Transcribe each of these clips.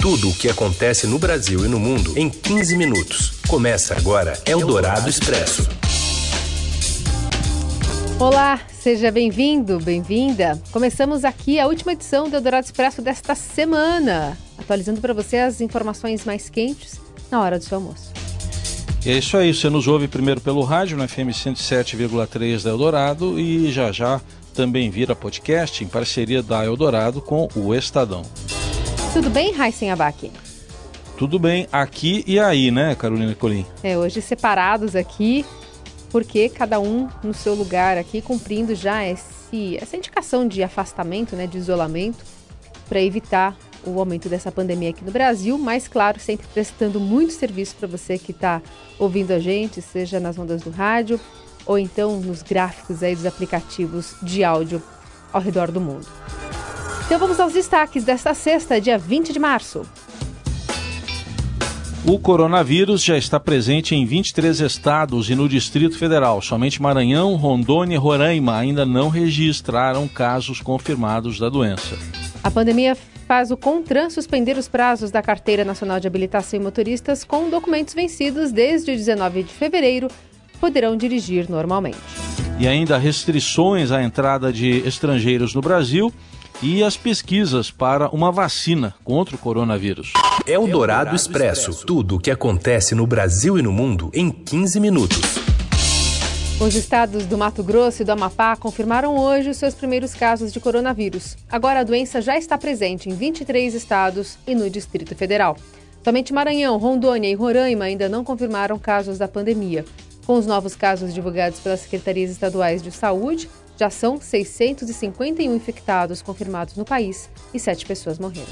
Tudo o que acontece no Brasil e no mundo em 15 minutos. Começa agora Eldorado Expresso. Olá, seja bem-vindo, bem-vinda. Começamos aqui a última edição do Eldorado Expresso desta semana, atualizando para você as informações mais quentes na hora do seu almoço. E é isso aí, você nos ouve primeiro pelo rádio no FM 107,3 da Eldorado e já também vira podcast em parceria da Eldorado com o Estadão. Tudo bem, Raíssen Abac? Tudo bem aqui e aí, né, Carolina Colim? Hoje separados aqui, porque cada um no seu lugar aqui, cumprindo já essa indicação de afastamento, né, de isolamento, para evitar o aumento dessa pandemia aqui no Brasil, mas, claro, sempre prestando muito serviço para você que está ouvindo a gente, seja nas ondas do rádio ou então nos gráficos aí dos aplicativos de áudio ao redor do mundo. Então vamos aos destaques desta sexta, dia 20 de março. O coronavírus já está presente em 23 estados e no Distrito Federal. Somente Maranhão, Rondônia e Roraima ainda não registraram casos confirmados da doença. A pandemia faz o CONTRAN suspender os prazos da Carteira Nacional de Habilitação e motoristas com documentos vencidos desde o 19 de fevereiro poderão dirigir normalmente. E ainda restrições à entrada de estrangeiros no Brasil e as pesquisas para uma vacina contra o coronavírus. Eldorado Expresso. Tudo o que acontece no Brasil e no mundo em 15 minutos. Os estados do Mato Grosso e do Amapá confirmaram hoje os seus primeiros casos de coronavírus. Agora a doença já está presente em 23 estados e no Distrito Federal. Somente Maranhão, Rondônia e Roraima ainda não confirmaram casos da pandemia. Com os novos casos divulgados pelas secretarias estaduais de saúde, já são 651 infectados confirmados no país e 7 pessoas morreram.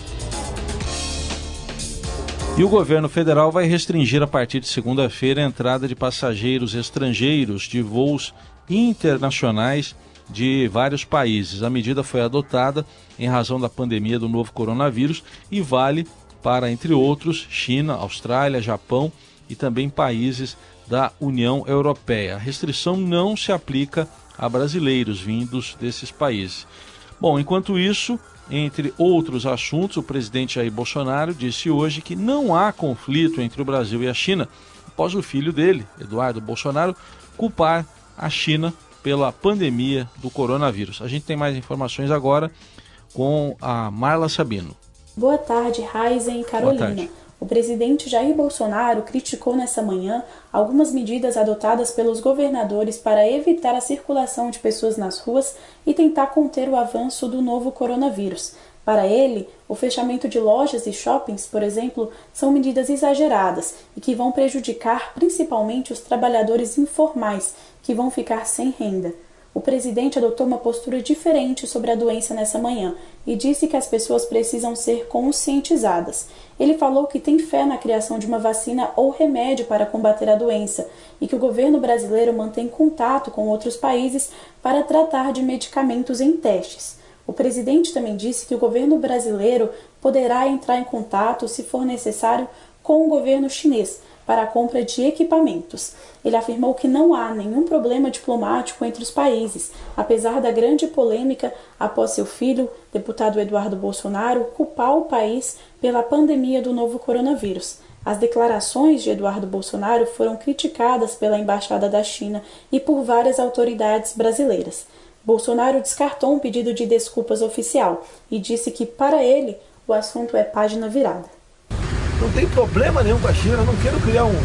E o governo federal vai restringir a partir de segunda-feira a entrada de passageiros estrangeiros de voos internacionais de vários países. A medida foi adotada em razão da pandemia do novo coronavírus e vale para, entre outros, China, Austrália, Japão e também países da União Europeia. A restrição não se aplica a brasileiros vindos desses países. Bom, enquanto isso, entre outros assuntos, o presidente Jair Bolsonaro disse hoje que não há conflito entre o Brasil e a China, após o filho dele, Eduardo Bolsonaro, culpar a China pela pandemia do coronavírus. A gente tem mais informações agora com a Marla Sabino. Boa tarde, Raíssen e Carolina. Boa tarde. O presidente Jair Bolsonaro criticou nessa manhã algumas medidas adotadas pelos governadores para evitar a circulação de pessoas nas ruas e tentar conter o avanço do novo coronavírus. Para ele, o fechamento de lojas e shoppings, por exemplo, são medidas exageradas e que vão prejudicar principalmente os trabalhadores informais, que vão ficar sem renda. O presidente adotou uma postura diferente sobre a doença nessa manhã e disse que as pessoas precisam ser conscientizadas. Ele falou que tem fé na criação de uma vacina ou remédio para combater a doença e que o governo brasileiro mantém contato com outros países para tratar de medicamentos em testes. O presidente também disse que o governo brasileiro poderá entrar em contato, se for necessário, com o governo chinês para a compra de equipamentos. Ele afirmou que não há nenhum problema diplomático entre os países, apesar da grande polêmica após seu filho, deputado Eduardo Bolsonaro, culpar o país pela pandemia do novo coronavírus. As declarações de Eduardo Bolsonaro foram criticadas pela Embaixada da China e por várias autoridades brasileiras. Bolsonaro descartou um pedido de desculpas oficial e disse que, para ele, o assunto é página virada. Não tem problema nenhum com a China, não quero criar um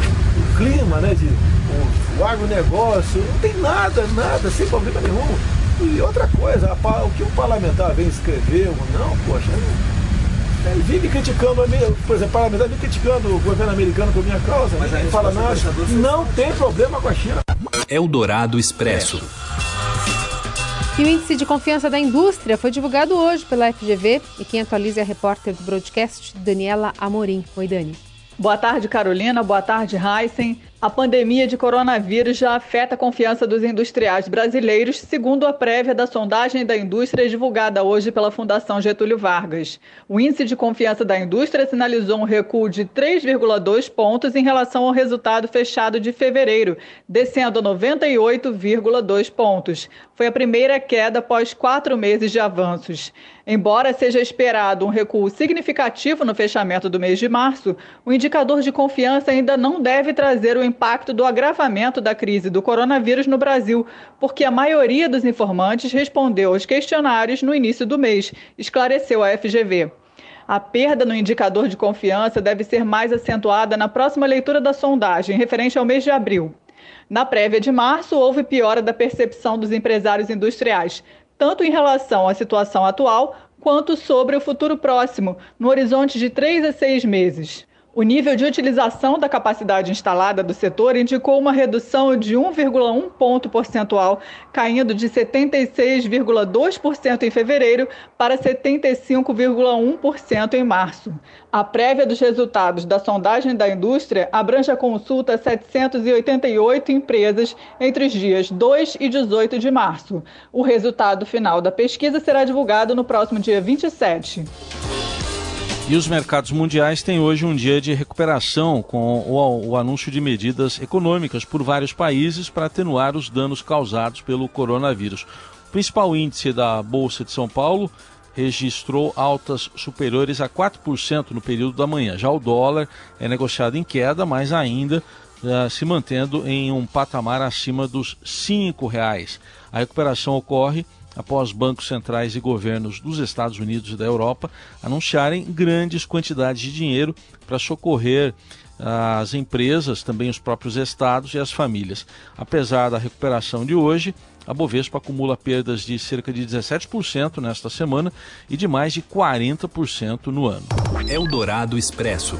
clima, né, de o agronegócio, não tem nada, sem problema nenhum. E outra coisa, o que o parlamentar vem escrever ou não, poxa, ele vive criticando, por exemplo, o parlamentar vive criticando o governo americano por minha causa, mas ninguém fala nada, não tem problema com a China. Eldorado Expresso. E o índice de confiança da indústria foi divulgado hoje pela FGV e quem atualiza é a repórter do broadcast, Daniela Amorim. Oi, Dani. Boa tarde, Carolina. Boa tarde, Raíssen. A pandemia de coronavírus já afeta a confiança dos industriais brasileiros, segundo a prévia da sondagem da indústria divulgada hoje pela Fundação Getúlio Vargas. O índice de confiança da indústria sinalizou um recuo de 3,2 pontos em relação ao resultado fechado de fevereiro, descendo a 98,2 pontos. Foi a primeira queda após 4 meses de avanços. Embora seja esperado um recuo significativo no fechamento do mês de março, o indicador de confiança ainda não deve trazer o impacto do agravamento da crise do coronavírus no Brasil, porque a maioria dos informantes respondeu aos questionários no início do mês, esclareceu a FGV. A perda no indicador de confiança deve ser mais acentuada na próxima leitura da sondagem, referente ao mês de abril. Na prévia de março, houve piora da percepção dos empresários industriais, tanto em relação à situação atual, quanto sobre o futuro próximo, no horizonte de 3 a 6 meses. O nível de utilização da capacidade instalada do setor indicou uma redução de 1,1 ponto percentual, caindo de 76,2% em fevereiro para 75,1% em março. A prévia dos resultados da sondagem da indústria abrange a consulta a 788 empresas entre os dias 2 e 18 de março. O resultado final da pesquisa será divulgado no próximo dia 27. E os mercados mundiais têm hoje um dia de recuperação com o anúncio de medidas econômicas por vários países para atenuar os danos causados pelo coronavírus. O principal índice da Bolsa de São Paulo registrou altas superiores a 4% no período da manhã. Já o dólar é negociado em queda, mas ainda se mantendo em um patamar acima dos R$5. A recuperação ocorre após bancos centrais e governos dos Estados Unidos e da Europa anunciarem grandes quantidades de dinheiro para socorrer as empresas, também os próprios estados e as famílias. Apesar da recuperação de hoje, a Bovespa acumula perdas de cerca de 17% nesta semana e de mais de 40% no ano. Eldorado Expresso.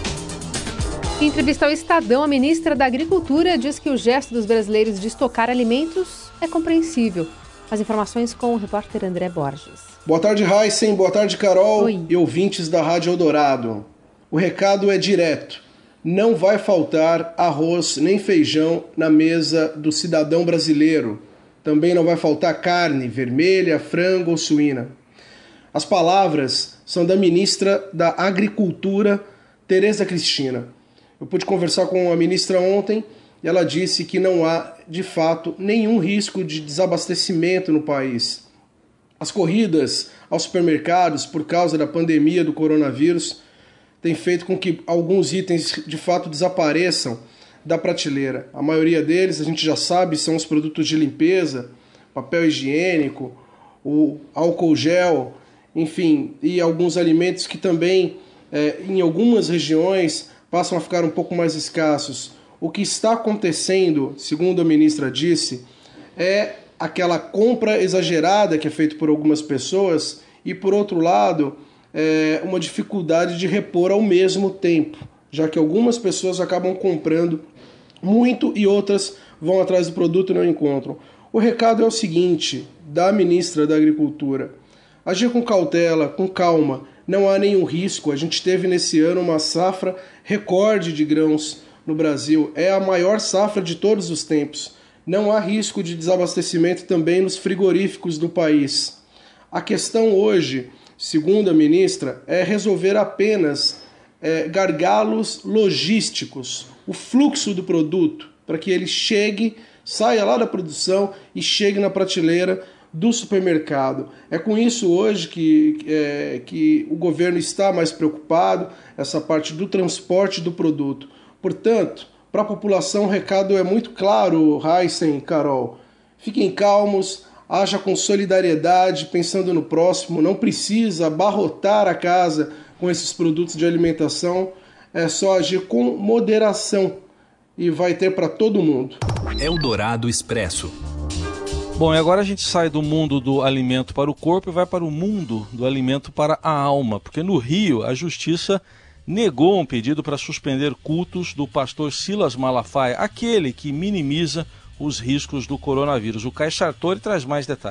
Em entrevista ao Estadão, a ministra da Agricultura diz que o gesto dos brasileiros de estocar alimentos é compreensível. As informações com o repórter André Borges. Boa tarde, Heisen. Boa tarde, Carol. Oi. E ouvintes da Rádio Eldorado. O recado é direto. Não vai faltar arroz nem feijão na mesa do cidadão brasileiro. Também não vai faltar carne vermelha, frango ou suína. As palavras são da ministra da Agricultura, Tereza Cristina. Eu pude conversar com a ministra ontem e ela disse que não há, de fato, nenhum risco de desabastecimento no país. As corridas aos supermercados por causa da pandemia do coronavírus têm feito com que alguns itens, de fato, desapareçam da prateleira. A maioria deles, a gente já sabe, são os produtos de limpeza, papel higiênico, o álcool gel, enfim, e alguns alimentos que também, em algumas regiões, passam a ficar um pouco mais escassos. O que está acontecendo, segundo a ministra disse, é aquela compra exagerada que é feita por algumas pessoas e, por outro lado, uma dificuldade de repor ao mesmo tempo, já que algumas pessoas acabam comprando muito e outras vão atrás do produto e não encontram. O recado é o seguinte, da ministra da Agricultura: agir com cautela, com calma, não há nenhum risco. A gente teve nesse ano uma safra recorde de grãos no Brasil, é a maior safra de todos os tempos. Não há risco de desabastecimento também nos frigoríficos do país. A questão hoje, segundo a ministra, é resolver apenas gargalos logísticos, o fluxo do produto, para que ele chegue, saia lá da produção e chegue na prateleira do supermercado. É com isso hoje que o governo está mais preocupado, essa parte do transporte do produto. Portanto, para a população o recado é muito claro, Heisen e Carol. Fiquem calmos, haja com solidariedade, pensando no próximo, não precisa abarrotar a casa com esses produtos de alimentação, é só agir com moderação e vai ter para todo mundo. Eldorado Expresso. Bom, e agora a gente sai do mundo do alimento para o corpo e vai para o mundo do alimento para a alma, porque no Rio a justiça negou um pedido para suspender cultos do pastor Silas Malafaia, aquele que minimiza os riscos do coronavírus. O Caio Sartori traz mais detalhes.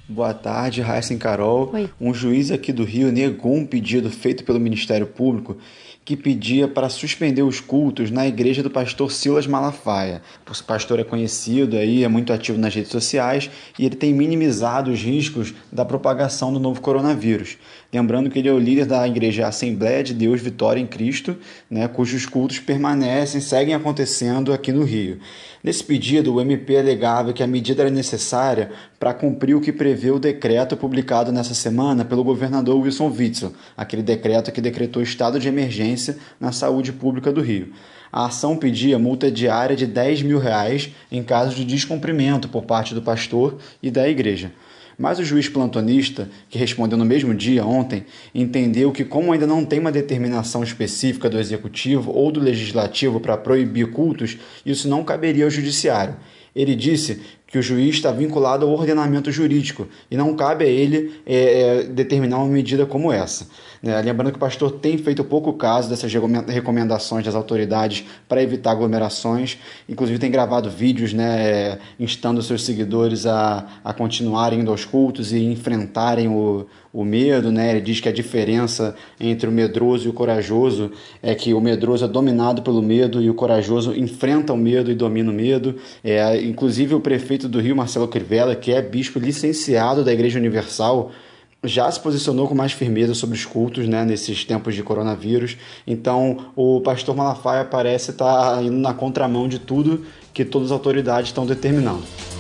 Boa tarde, Raíssa e Carol. Oi. Um juiz aqui do Rio negou um pedido feito pelo Ministério Público que pedia para suspender os cultos na igreja do pastor Silas Malafaia. O pastor é conhecido aí, é muito ativo nas redes sociais e ele tem minimizado os riscos da propagação do novo coronavírus. Lembrando que ele é o líder da igreja Assembleia de Deus Vitória em Cristo, né, cujos cultos seguem acontecendo aqui no Rio. Nesse pedido, o MP alegava que a medida era necessária para cumprir o que prevê o decreto publicado nessa semana pelo governador Wilson Witzel, aquele decreto que decretou estado de emergência na saúde pública do Rio. A ação pedia multa diária de R$10 mil em caso de descumprimento por parte do pastor e da igreja. Mas o juiz plantonista, que respondeu no mesmo dia, ontem, entendeu que, como ainda não tem uma determinação específica do Executivo ou do Legislativo para proibir cultos, isso não caberia ao Judiciário. Ele disse que o juiz está vinculado ao ordenamento jurídico e não cabe a ele determinar uma medida como essa. Lembrando que o pastor tem feito pouco caso dessas recomendações das autoridades para evitar aglomerações, inclusive tem gravado vídeos, instando seus seguidores a continuarem indo aos cultos e enfrentarem o medo. Ele diz que a diferença entre o medroso e o corajoso é que o medroso é dominado pelo medo e o corajoso enfrenta o medo e domina o medo. Inclusive o prefeito do Rio, Marcelo Crivella, que é bispo licenciado da Igreja Universal, já se posicionou com mais firmeza sobre os cultos, nesses tempos de coronavírus. Então, o pastor Malafaia parece estar indo na contramão de tudo que todas as autoridades estão determinando.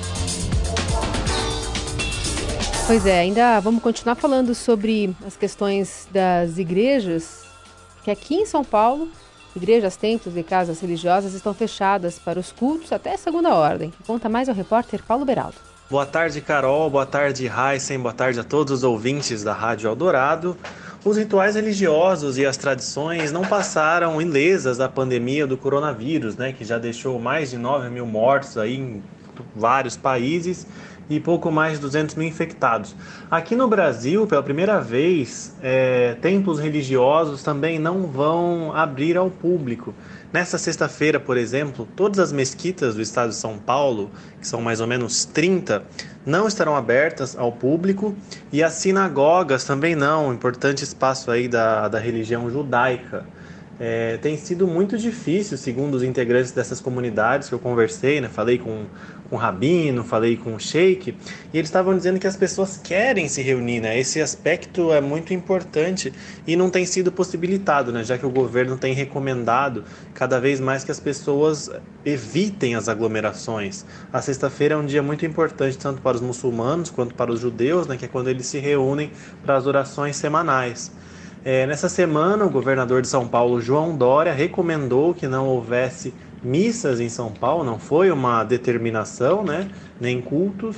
Pois é, ainda vamos continuar falando sobre as questões das igrejas, que aqui em São Paulo, igrejas, templos e casas religiosas estão fechadas para os cultos até segunda ordem. Conta mais ao repórter Paulo Beraldo. Boa tarde, Carol. Boa tarde, Raíssa. Boa tarde a todos os ouvintes da Rádio Eldorado. Os rituais religiosos e as tradições não passaram ilesas da pandemia do coronavírus, que já deixou mais de 9 mil mortos aí em vários países e pouco mais de 200 mil infectados. Aqui no Brasil, pela primeira vez, templos religiosos também não vão abrir ao público. Nessa sexta-feira, por exemplo, todas as mesquitas do estado de São Paulo, que são mais ou menos 30, não estarão abertas ao público e as sinagogas também não, um importante espaço aí da religião judaica. Tem sido muito difícil, segundo os integrantes dessas comunidades que eu conversei, falei com o rabino, falei com o sheik, e eles estavam dizendo que as pessoas querem se reunir, Esse aspecto é muito importante e não tem sido possibilitado, já que o governo tem recomendado cada vez mais que as pessoas evitem as aglomerações. A sexta-feira é um dia muito importante tanto para os muçulmanos quanto para os judeus, que é quando eles se reúnem para as orações semanais. Nessa semana, o governador de São Paulo, João Dória, recomendou que não houvesse missas em São Paulo, não foi uma determinação, nem cultos,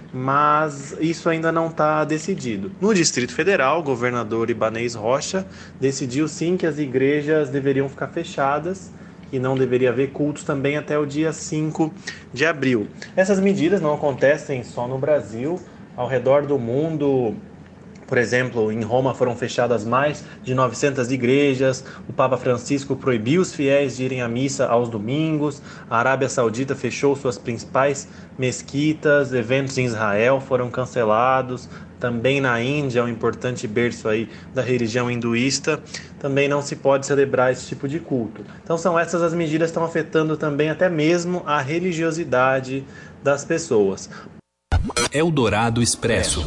mas isso ainda não está decidido. No Distrito Federal, o governador Ibanez Rocha decidiu sim que as igrejas deveriam ficar fechadas e não deveria haver cultos também até o dia 5 de abril. Essas medidas não acontecem só no Brasil, ao redor do mundo. Por exemplo, em Roma foram fechadas mais de 900 igrejas, o Papa Francisco proibiu os fiéis de irem à missa aos domingos, a Arábia Saudita fechou suas principais mesquitas, eventos em Israel foram cancelados, também na Índia, um importante berço aí da religião hinduísta, também não se pode celebrar esse tipo de culto. Então são essas as medidas que estão afetando também até mesmo a religiosidade das pessoas. Eldorado Expresso.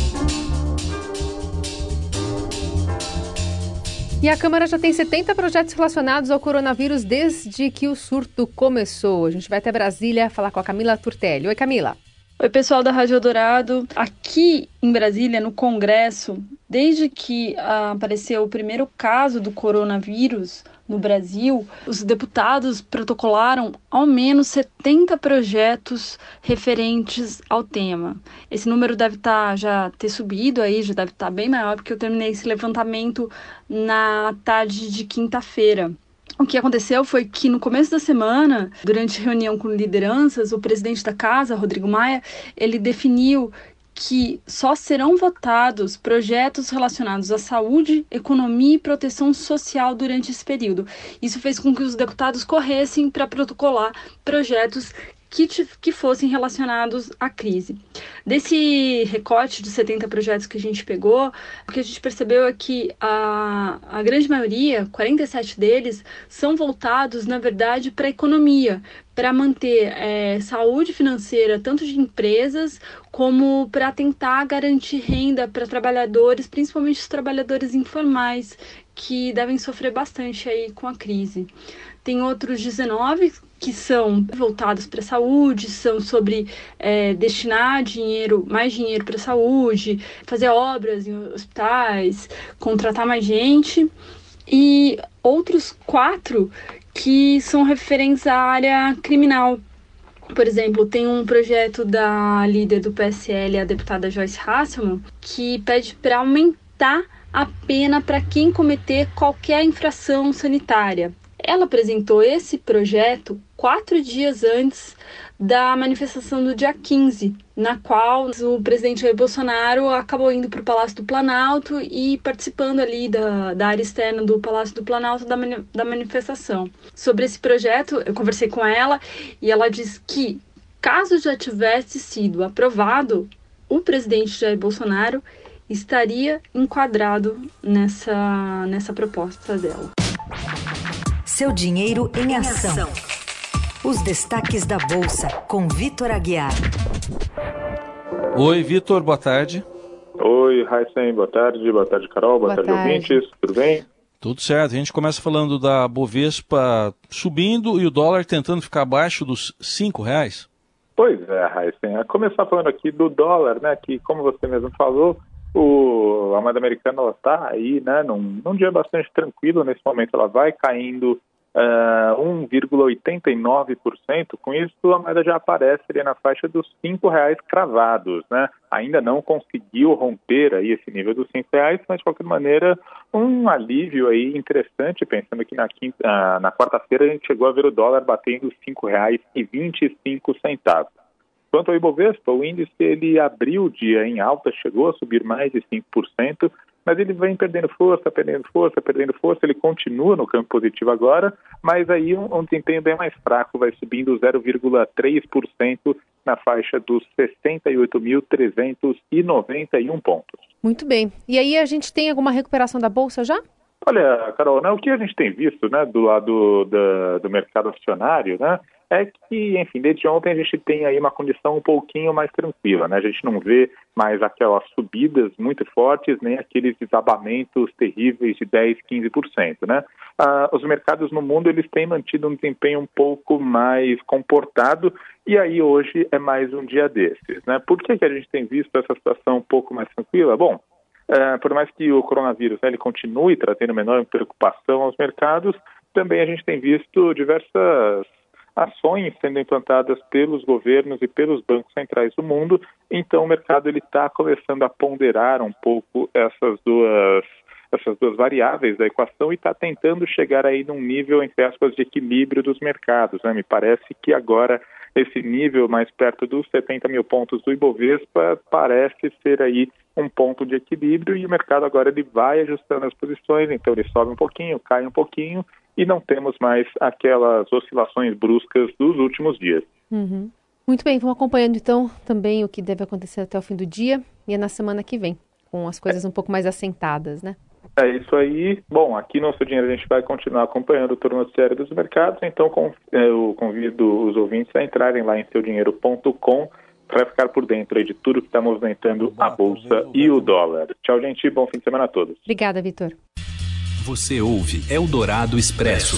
E a Câmara já tem 70 projetos relacionados ao coronavírus desde que o surto começou. A gente vai até Brasília falar com a Camila Turtelli. Oi, Camila. Oi, pessoal da Rádio Eldorado. Aqui em Brasília, no Congresso, desde que apareceu o primeiro caso do coronavírus no Brasil, os deputados protocolaram ao menos 70 projetos referentes ao tema. Esse número deve já ter subido aí, já deve estar bem maior, porque eu terminei esse levantamento na tarde de quinta-feira. O que aconteceu foi que no começo da semana, durante reunião com lideranças, o presidente da casa, Rodrigo Maia, ele definiu que só serão votados projetos relacionados à saúde, economia e proteção social durante esse período. Isso fez com que os deputados corressem para protocolar projetos que fossem relacionados à crise. Desse recorte de 70 projetos que a gente pegou, o que a gente percebeu é que a grande maioria, 47 deles, são voltados, na verdade, para a economia, para manter saúde financeira, tanto de empresas, como para tentar garantir renda para trabalhadores, principalmente os trabalhadores informais, que devem sofrer bastante aí com a crise. Tem outros 19 que são voltados para a saúde, são sobre destinar mais dinheiro para a saúde, fazer obras em hospitais, contratar mais gente. E outros 4 que são referentes à área criminal. Por exemplo, tem um projeto da líder do PSL, a deputada Joyce Hasselmann, que pede para aumentar a pena para quem cometer qualquer infração sanitária. Ela apresentou esse projeto 4 dias antes da manifestação do dia 15, na qual o presidente Jair Bolsonaro acabou indo para o Palácio do Planalto e participando ali da área externa do Palácio do Planalto da manifestação. Sobre esse projeto, eu conversei com ela e ela disse que, caso já tivesse sido aprovado, o presidente Jair Bolsonaro estaria enquadrado nessa proposta dela. Seu dinheiro em ação. Os destaques da Bolsa, com Vitor Aguiar. Oi, Vitor, boa tarde. Oi, Raíssen, boa tarde. Boa tarde, Carol. Boa tarde, ouvintes. Tudo bem? Tudo certo. A gente começa falando da Bovespa subindo e o dólar tentando ficar abaixo dos R$5. Pois é, Raíssen. A começar falando aqui do dólar, né, que, como você mesmo falou, a moeda americana está aí, né, num dia bastante tranquilo. Nesse momento ela vai caindo 1,89%. Com isso, a moeda já aparece ali na faixa dos R$5 cravados, né? Ainda não conseguiu romper aí esse nível dos R$5, mas de qualquer maneira um alívio aí interessante, pensando que na quarta-feira a gente chegou a ver o dólar batendo R$5,25. Quanto ao Ibovespa, o índice ele abriu o dia em alta, chegou a subir mais de 5%, mas ele vem perdendo força, ele continua no campo positivo agora, mas aí um desempenho bem mais fraco, vai subindo 0,3% na faixa dos 68.391 pontos. Muito bem. E aí a gente tem alguma recuperação da Bolsa já? Olha, Carol, né, o que a gente tem visto, né, do lado do mercado acionário, né, é que, enfim, desde ontem a gente tem aí uma condição um pouquinho mais tranquila, né? A gente não vê mais aquelas subidas muito fortes, nem aqueles desabamentos terríveis de 10%, 15%, né? Os mercados no mundo, eles têm mantido um desempenho um pouco mais comportado, e aí hoje é mais um dia desses, né? Por que a gente tem visto essa situação um pouco mais tranquila? Bom, por mais que o coronavírus, né, ele continue trazendo menor preocupação aos mercados, também a gente tem visto diversas ações sendo implantadas pelos governos e pelos bancos centrais do mundo. Então o mercado está começando a ponderar um pouco essas duas variáveis da equação e está tentando chegar aí num nível, entre aspas, de equilíbrio dos mercados, né? Me parece que agora esse nível mais perto dos 70 mil pontos do Ibovespa parece ser aí um ponto de equilíbrio, e o mercado agora ele vai ajustando as posições, então ele sobe um pouquinho, cai um pouquinho, e não temos mais aquelas oscilações bruscas dos últimos dias. Uhum. Muito bem, vamos acompanhando então também o que deve acontecer até o fim do dia e é na semana que vem, com as coisas um pouco mais assentadas, né? É isso aí. Bom, aqui no Seu Dinheiro a gente vai continuar acompanhando todo o noticiário dos mercados, então eu convido os ouvintes a entrarem lá em seudinheiro.com para ficar por dentro aí de tudo que está movimentando a Bolsa e o dólar. Tchau, gente. Bom fim de semana a todos. Obrigada, Vitor. Você ouve Eldorado Expresso.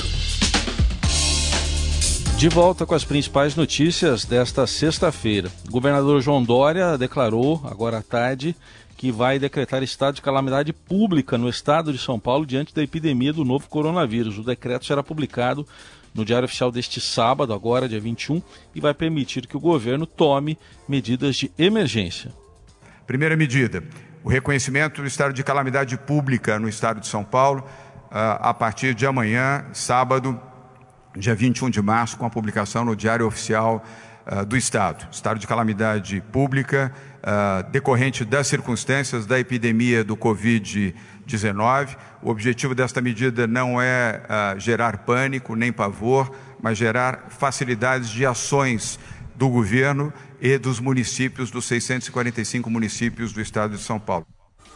De volta com as principais notícias desta sexta-feira. O governador João Dória declarou, agora à tarde, que vai decretar estado de calamidade pública no estado de São Paulo diante da epidemia do novo coronavírus. O decreto será publicado no Diário Oficial deste sábado, agora dia 21, e vai permitir que o governo tome medidas de emergência. Primeira medida, o reconhecimento do estado de calamidade pública no estado de São Paulo, a partir de amanhã, sábado, dia 21 de março, com a publicação no Diário Oficial do Estado. Estado de calamidade pública decorrente das circunstâncias da epidemia do Covid-19. O objetivo desta medida não é gerar pânico nem pavor, mas gerar facilidades de ações do governo e dos municípios, dos 645 municípios do estado de São Paulo.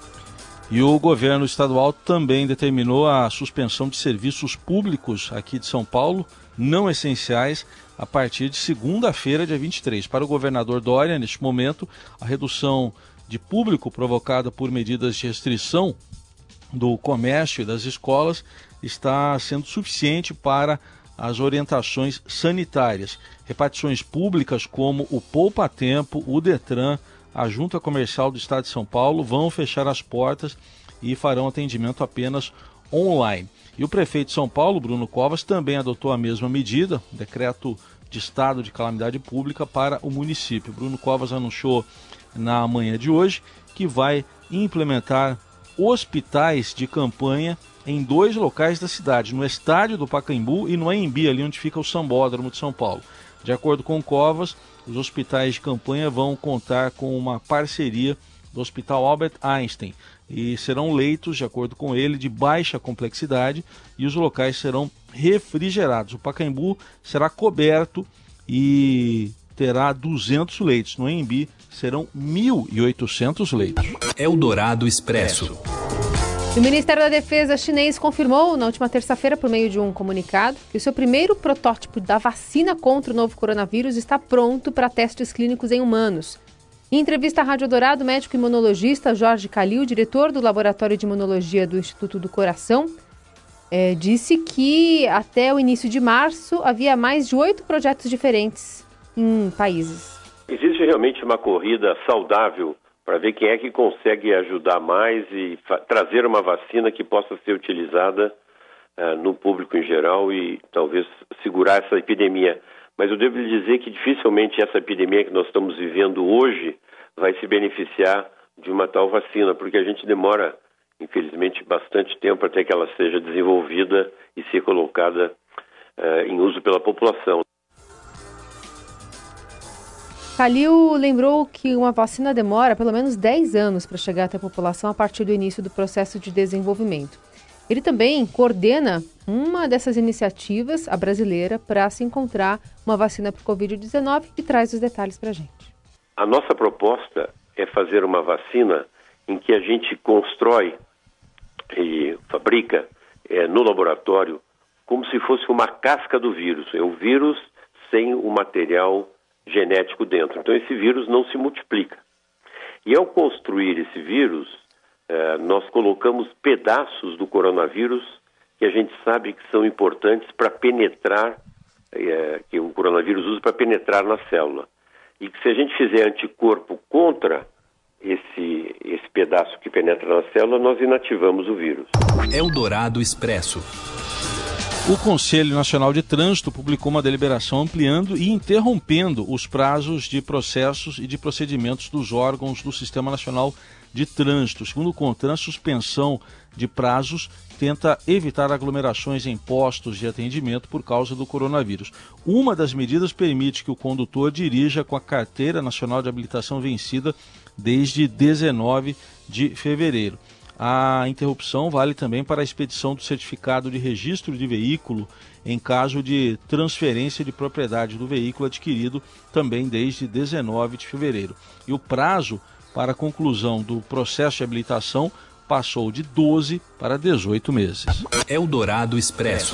E o governo estadual também determinou a suspensão de serviços públicos aqui de São Paulo, não essenciais, a partir de segunda-feira, dia 23. Para o governador Dória, neste momento, a redução de público provocada por medidas de restrição do comércio e das escolas está sendo suficiente para as orientações sanitárias. Repartições públicas como o Poupa Tempo, o Detran, a Junta Comercial do Estado de São Paulo vão fechar as portas e farão atendimento apenas online. E o prefeito de São Paulo, Bruno Covas, também adotou a mesma medida, decreto de estado de calamidade pública para o município. Bruno Covas anunciou na manhã de hoje que vai implementar hospitais de campanha em 2 locais da cidade, no estádio do Pacaembu e no AMB, ali onde fica o Sambódromo de São Paulo. De acordo com Covas, os hospitais de campanha vão contar com uma parceria do Hospital Albert Einstein e serão leitos, de acordo com ele, de baixa complexidade e os locais serão refrigerados. O Pacaembu será coberto e terá 200 leitos. No AMB serão 1.800 leitos. Eldorado Expresso. O Ministério da Defesa chinês confirmou na última terça-feira, por meio de um comunicado, que o seu primeiro protótipo da vacina contra o novo coronavírus está pronto para testes clínicos em humanos. Em entrevista à Rádio Eldorado, o médico imunologista Jorge Calil, diretor do Laboratório de Imunologia do Instituto do Coração, disse que até o início de março havia mais de 8 projetos diferentes em países. Existe realmente uma corrida saudável para ver quem é que consegue ajudar mais e trazer uma vacina que possa ser utilizada no público em geral e talvez segurar essa epidemia. Mas eu devo lhe dizer que dificilmente essa epidemia que nós estamos vivendo hoje vai se beneficiar de uma tal vacina, porque a gente demora, infelizmente, bastante tempo até que ela seja desenvolvida e ser colocada em uso pela população. Calil lembrou que uma vacina demora pelo menos 10 anos para chegar até a população a partir do início do processo de desenvolvimento. Ele também coordena uma dessas iniciativas, a brasileira, para se encontrar uma vacina para o Covid-19 e traz os detalhes para a gente. A nossa proposta é fazer uma vacina em que a gente constrói e fabrica no laboratório como se fosse uma casca do vírus. É o vírus sem o material genético dentro. Então esse vírus não se multiplica. E ao construir esse vírus, nós colocamos pedaços do coronavírus que a gente sabe que são importantes para penetrar, que o coronavírus usa para penetrar na célula. E que se a gente fizer anticorpo contra esse pedaço que penetra na célula, nós inativamos o vírus. Eldorado Expresso. O Conselho Nacional de Trânsito publicou uma deliberação ampliando e interrompendo os prazos de processos e de procedimentos dos órgãos do Sistema Nacional de Trânsito. Segundo o CONTRAN, a suspensão de prazos tenta evitar aglomerações em postos de atendimento por causa do coronavírus. Uma das medidas permite que o condutor dirija com a Carteira Nacional de Habilitação vencida desde 19 de fevereiro. A interrupção vale também para a expedição do certificado de registro de veículo em caso de transferência de propriedade do veículo adquirido também desde 19 de fevereiro. E o prazo para a conclusão do processo de habilitação passou de 12 para 18 meses. Eldorado Expresso.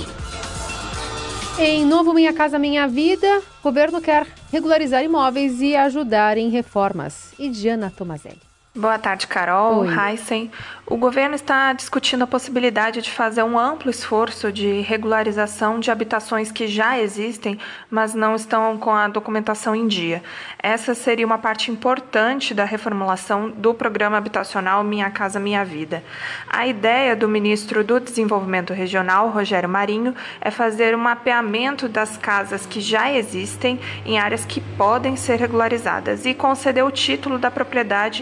Em novo Minha Casa Minha Vida, o governo quer regularizar imóveis e ajudar em reformas. E Diana Tomazelli. Boa tarde, Carol, Oi. Heisen. O governo está discutindo a possibilidade de fazer um amplo esforço de regularização de habitações que já existem, mas não estão com a documentação em dia. Essa seria uma parte importante da reformulação do programa habitacional Minha Casa Minha Vida. A ideia do ministro do Desenvolvimento Regional, Rogério Marinho, é fazer um mapeamento das casas que já existem em áreas que podem ser regularizadas e conceder o título da propriedade e do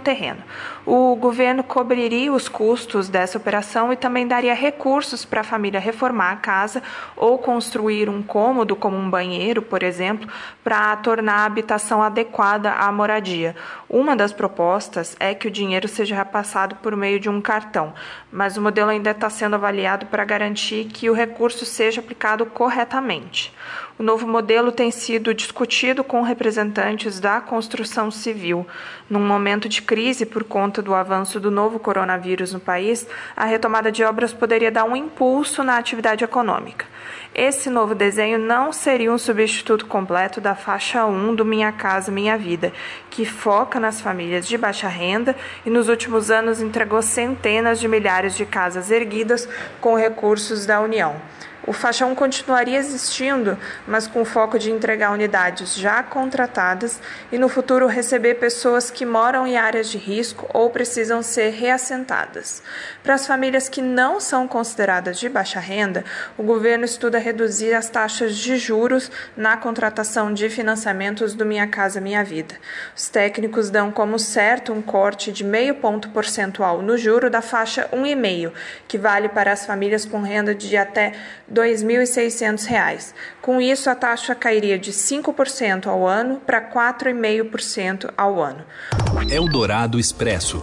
terreno. O governo cobriria os custos dessa operação e também daria recursos para a família reformar a casa ou construir um cômodo, como um banheiro, por exemplo, para tornar a habitação adequada à moradia. Uma das propostas é que o dinheiro seja repassado por meio de um cartão, mas o modelo ainda está sendo avaliado para garantir que o recurso seja aplicado corretamente. O novo modelo tem sido discutido com representantes da construção civil. Num momento de crise por conta do avanço do novo coronavírus no país, a retomada de obras poderia dar um impulso na atividade econômica. Esse novo desenho não seria um substituto completo da faixa 1 do Minha Casa Minha Vida, que foca nas famílias de baixa renda e nos últimos anos entregou centenas de milhares de casas erguidas com recursos da União. O Faixa 1 continuaria existindo, mas com o foco de entregar unidades já contratadas e no futuro receber pessoas que moram em áreas de risco ou precisam ser reassentadas. Para as famílias que não são consideradas de baixa renda, o governo estuda reduzir as taxas de juros na contratação de financiamentos do Minha Casa Minha Vida. Os técnicos dão como certo um corte de 0,5 ponto percentual no juro da faixa 1,5, que vale para as famílias com renda de até R$ 2.600. Com isso, a taxa cairia de 5% ao ano para 4,5% ao ano. Eldorado Expresso.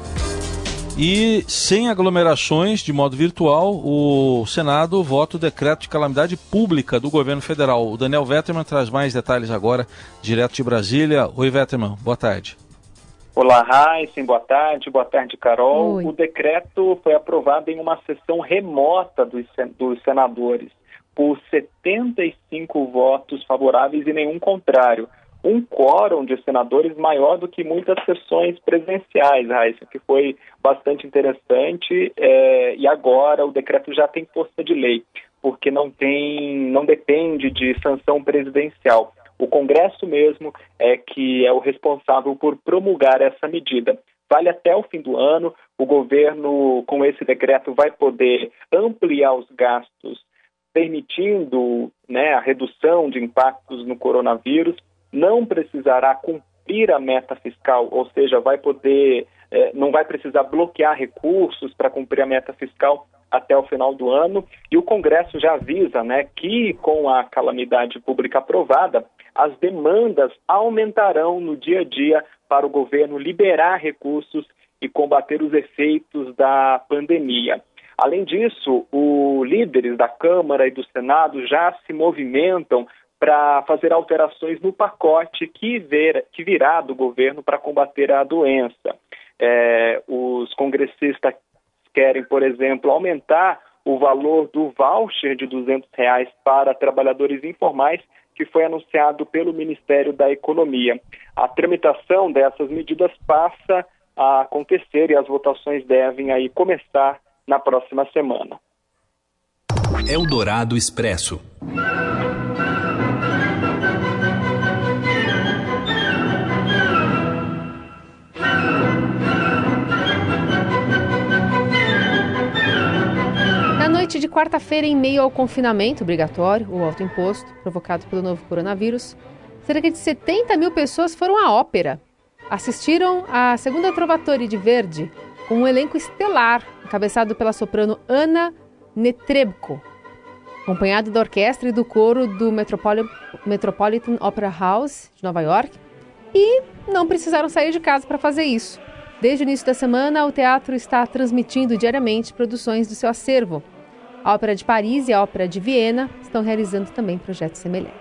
E sem aglomerações, de modo virtual, o Senado vota o decreto de calamidade pública do governo federal. O Daniel Vetterman traz mais detalhes agora, direto de Brasília. Oi, Vetterman, boa tarde. Olá, Raíssen, boa tarde, Carol. Oi. O decreto foi aprovado em uma sessão remota dos senadores, por 75 votos favoráveis e nenhum contrário. Um quórum de senadores maior do que muitas sessões presenciais, Raíssen, que foi bastante interessante, e agora o decreto já tem força de lei, porque não depende de sanção presidencial. O Congresso mesmo é que é o responsável por promulgar essa medida. Vale até o fim do ano. O governo, com esse decreto, vai poder ampliar os gastos, permitindo, a redução de impactos no coronavírus. Não precisará cumprir a meta fiscal, ou seja, não vai precisar bloquear recursos para cumprir a meta fiscal até o final do ano. E o Congresso já avisa, que com a calamidade pública aprovada, as demandas aumentarão no dia a dia para o governo liberar recursos e combater os efeitos da pandemia. Além disso, os líderes da Câmara e do Senado já se movimentam para fazer alterações no pacote que virá do governo para combater a doença. Os congressistas querem, por exemplo, aumentar o valor do voucher de R$200 para trabalhadores informais, que foi anunciado pelo Ministério da Economia. A tramitação dessas medidas passa a acontecer e as votações devem aí começar na próxima semana. Eldorado Expresso. Na noite de quarta-feira, em meio ao confinamento obrigatório, o autoimposto, provocado pelo novo coronavírus, cerca de 70 mil pessoas foram à ópera. Assistiram à segunda Trovatore de Verdi, com um elenco estelar, encabeçado pela soprano Anna Netrebko, acompanhado da orquestra e do coro do Metropolitan Opera House de Nova York, e não precisaram sair de casa para fazer isso. Desde o início da semana, o teatro está transmitindo diariamente produções do seu acervo. A Ópera de Paris e a Ópera de Viena estão realizando também projetos semelhantes.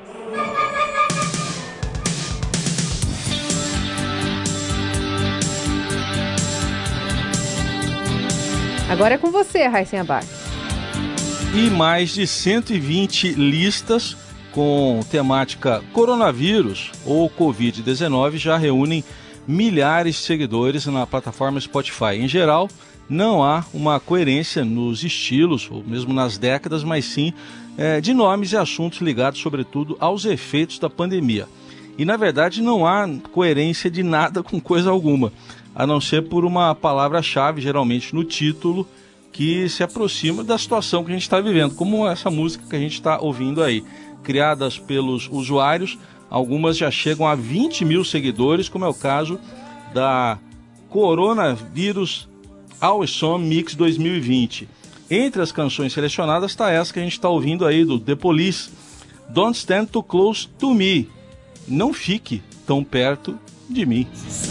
Agora é com você, Raíssen Abac. E mais de 120 listas com temática coronavírus ou Covid-19 já reúnem milhares de seguidores na plataforma Spotify. Em geral, não há uma coerência nos estilos, ou mesmo nas décadas, mas sim de nomes e assuntos ligados, sobretudo, aos efeitos da pandemia. E, na verdade, não há coerência de nada com coisa alguma, a não ser por uma palavra-chave, geralmente no título, que se aproxima da situação que a gente está vivendo, como essa música que a gente está ouvindo aí. Criadas pelos usuários, algumas já chegam a 20 mil seguidores, como é o caso da Coronavírus Our Song Mix 2020. Entre as canções selecionadas está essa que a gente está ouvindo aí do The Police, Don't Stand Too Close to Me. Não fique tão perto de mim.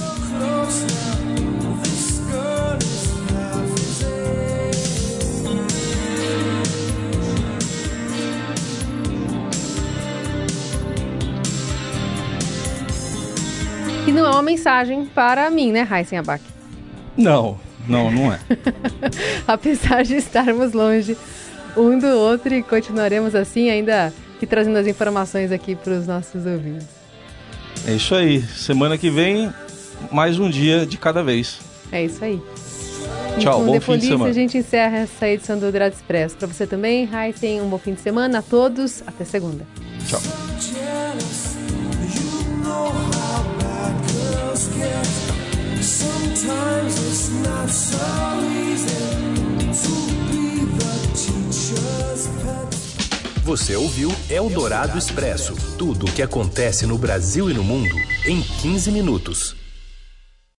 Que não é uma mensagem para mim, né, Raíssen Abac? Não é. Apesar de estarmos longe um do outro e continuaremos assim, ainda que trazendo as informações aqui para os nossos ouvintes. É isso aí. Semana que vem, mais um dia de cada vez. É isso aí. Tchau, bom fim de semana. A gente encerra essa edição do Eldorado Expresso. Para você também, Raíssen, um bom fim de semana a todos. Até segunda. Tchau. Sometimes it's not so easy to be the teacher's pet. Você ouviu Eldorado Expresso. Tudo o que acontece no Brasil e no mundo em 15 minutos.